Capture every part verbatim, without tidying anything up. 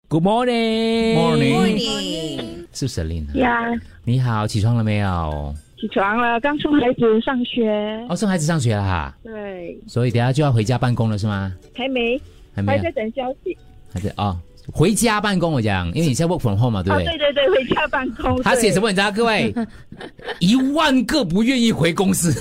Good morning. Morning. 是 Celine 呀， 你好，起床了没有？ 起床了，刚送孩子上学。 哦，送孩子上学了哈。 对， 所以等一下就要回家办公了是吗？ 还没， 还没有还在等消息。 还在哦，回家办公我讲，因为你现在 work from home 嘛，对不哦， 对？ 对对对，回家办公。 他写什么？ 么？你知道各位，一万个不愿意回公司。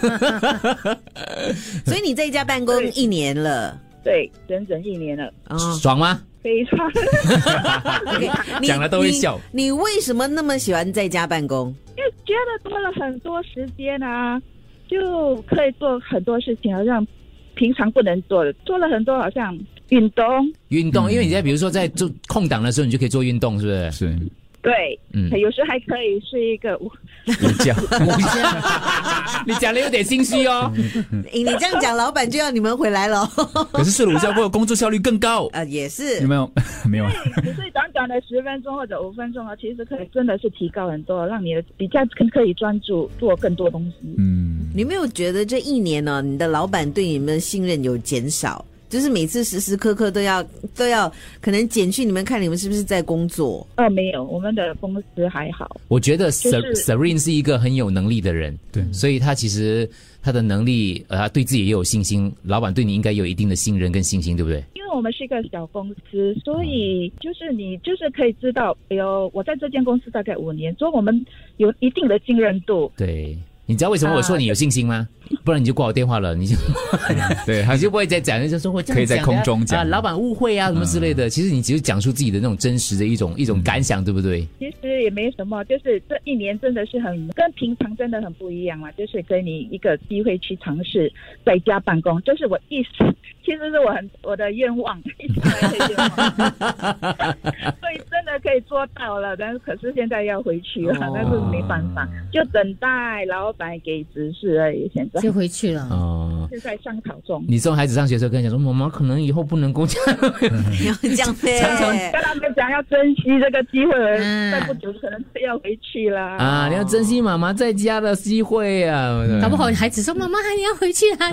所以你在家办公一年了， 对，整整一年了， 哦， 爽吗？ 非常。 你讲了都会笑你。你为什么那么喜欢在家办公？ 因为觉得多了很多时间啊，就可以做很多事情，好像平常不能做的，做了很多，好像运动。 运动，因为你在比如说在做空档的时候，你就可以做运动，是不是？ 是对， 嗯有时还可以是一个午觉，午觉。你讲的有点心虚哦。 诶你这样讲，老板就要你们回来了。 可是睡了午觉过后，工作效率更高。 啊，也是有没有？没有。 只是短短的十分钟或者五分钟啊，其实可以真的是提高很多，让你的比较可以专注做更多东西。 嗯， 你没有觉得这一年呢、你的老板对你们的信任有减少？就是每次时时刻刻都要都要可能减去你们看你们是不是在工作？ 哦，没有，我们的公司还好。 我觉得就是 Serene 是一个很有能力的人， 对， 所以他其实他的能力，呃，他对自己也有信心，老板对你应该有一定的信任跟信心，对不对？ 因为我们是一个小公司，所以就是你就是可以知道，有我在这间公司大概五年，所以我们有一定的信任度。 对，你知道为什么我说你有信心吗？不然你就挂我电话了，你就对，他你就不会再讲，就说我这样可以在讲空中讲啊，老板误会啊什么之类的。其实你只是讲出自己的那种真实的一种一种感想，对不对？ 其实也没什么，就是这一年真的是很跟平常真的很不一样嘛，就是给你一个机会去尝试在家办公，这是我一直其实是我很我的愿望，一直来的愿望，所以真的可以做到了，但是可是现在要回去了， 哦但是没办法，就等待老板给指示而已。现在就回去了。 哦， 是在商讨中。 你送孩子上学的时候跟他讲说，妈妈可能以后不能工作。 你要这样飞， 跟他们讲要珍惜这个机会， 嗯再不久可能要回去啦。 啊，你要珍惜妈妈在家的机会啊！ 搞不好孩子说：“妈妈，你要回去啊！”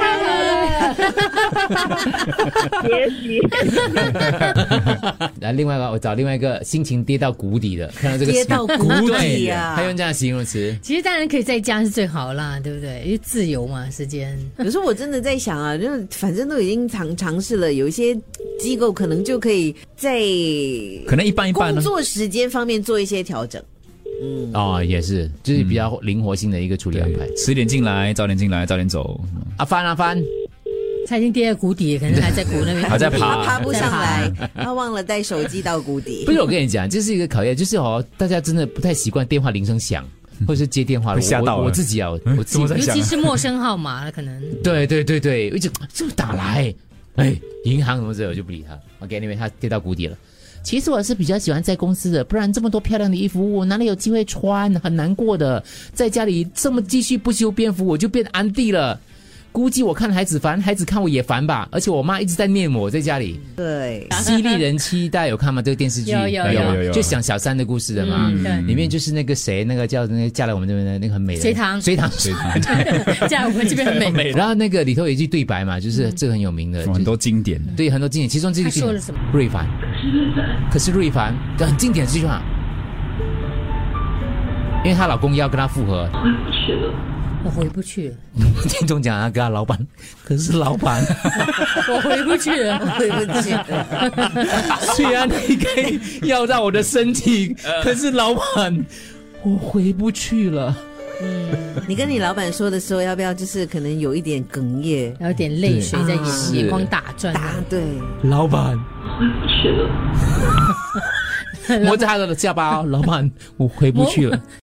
也许来，另外一个我找另外一个心情跌到谷底的，看到这个跌到谷底啊他用这样的形容词。 其实当然可以在家是最好啦，对不对？因为自由嘛，时间。 可是我真的在想啊，就是反正都已经尝尝试了，有一些机构可能就可以在可能一半一半呢。 工作时间方面做一些调整。嗯， 哦，也是，就是比较灵活性的一个处理安排。 对，迟点进来，早点进来，早点走。 阿帆，阿帆， 他已经跌在谷底，可能还在谷那边， 还在爬他爬不上来，他忘了带手机到谷底。 不是我跟你讲，这是一个考验，就是哦，大家真的不太习惯电话铃声响，或者是接电话， 会吓到了我我自己啊，我自己在想尤其是陌生号码，可能对对对对，一直就打来，哎，银行什么之类的我就不理他。OK， 因为他跌到谷底了。其实我是比较喜欢在公司的，不然这么多漂亮的衣服，我哪里有机会穿？很难过的。在家里这么继续不修边幅，我就变安迪了。估计我看孩子烦，孩子看我也烦吧。而且我妈一直在念我，在家里。 对， 犀利人妻，大家有看吗？这个电视剧有有有有有就讲小三的故事的嘛。 嗯对里面就是那个谁，那个叫那个嫁来我们这边的那个很美的隋唐隋唐， 对这样我们这边很美。 然后那个里头有一句对白嘛，就是这个很有名的， 很多经典的。 对很多经典，其中这个他说了什么？ 瑞凡，可是瑞凡很经典的这句话，因为她老公要跟她复合， 我回不去了， 听众讲她跟她老板，可是老板， 我回不去了， 回不去。 虽然你可以要到我的身体，可是老板，我回不去了。 你跟你老板说的时候，要不要就是可能有一点哽咽？ 有点泪水在眼是眼光打转。 打对， 老板，摸着他的下巴哦，老板，我回不去了。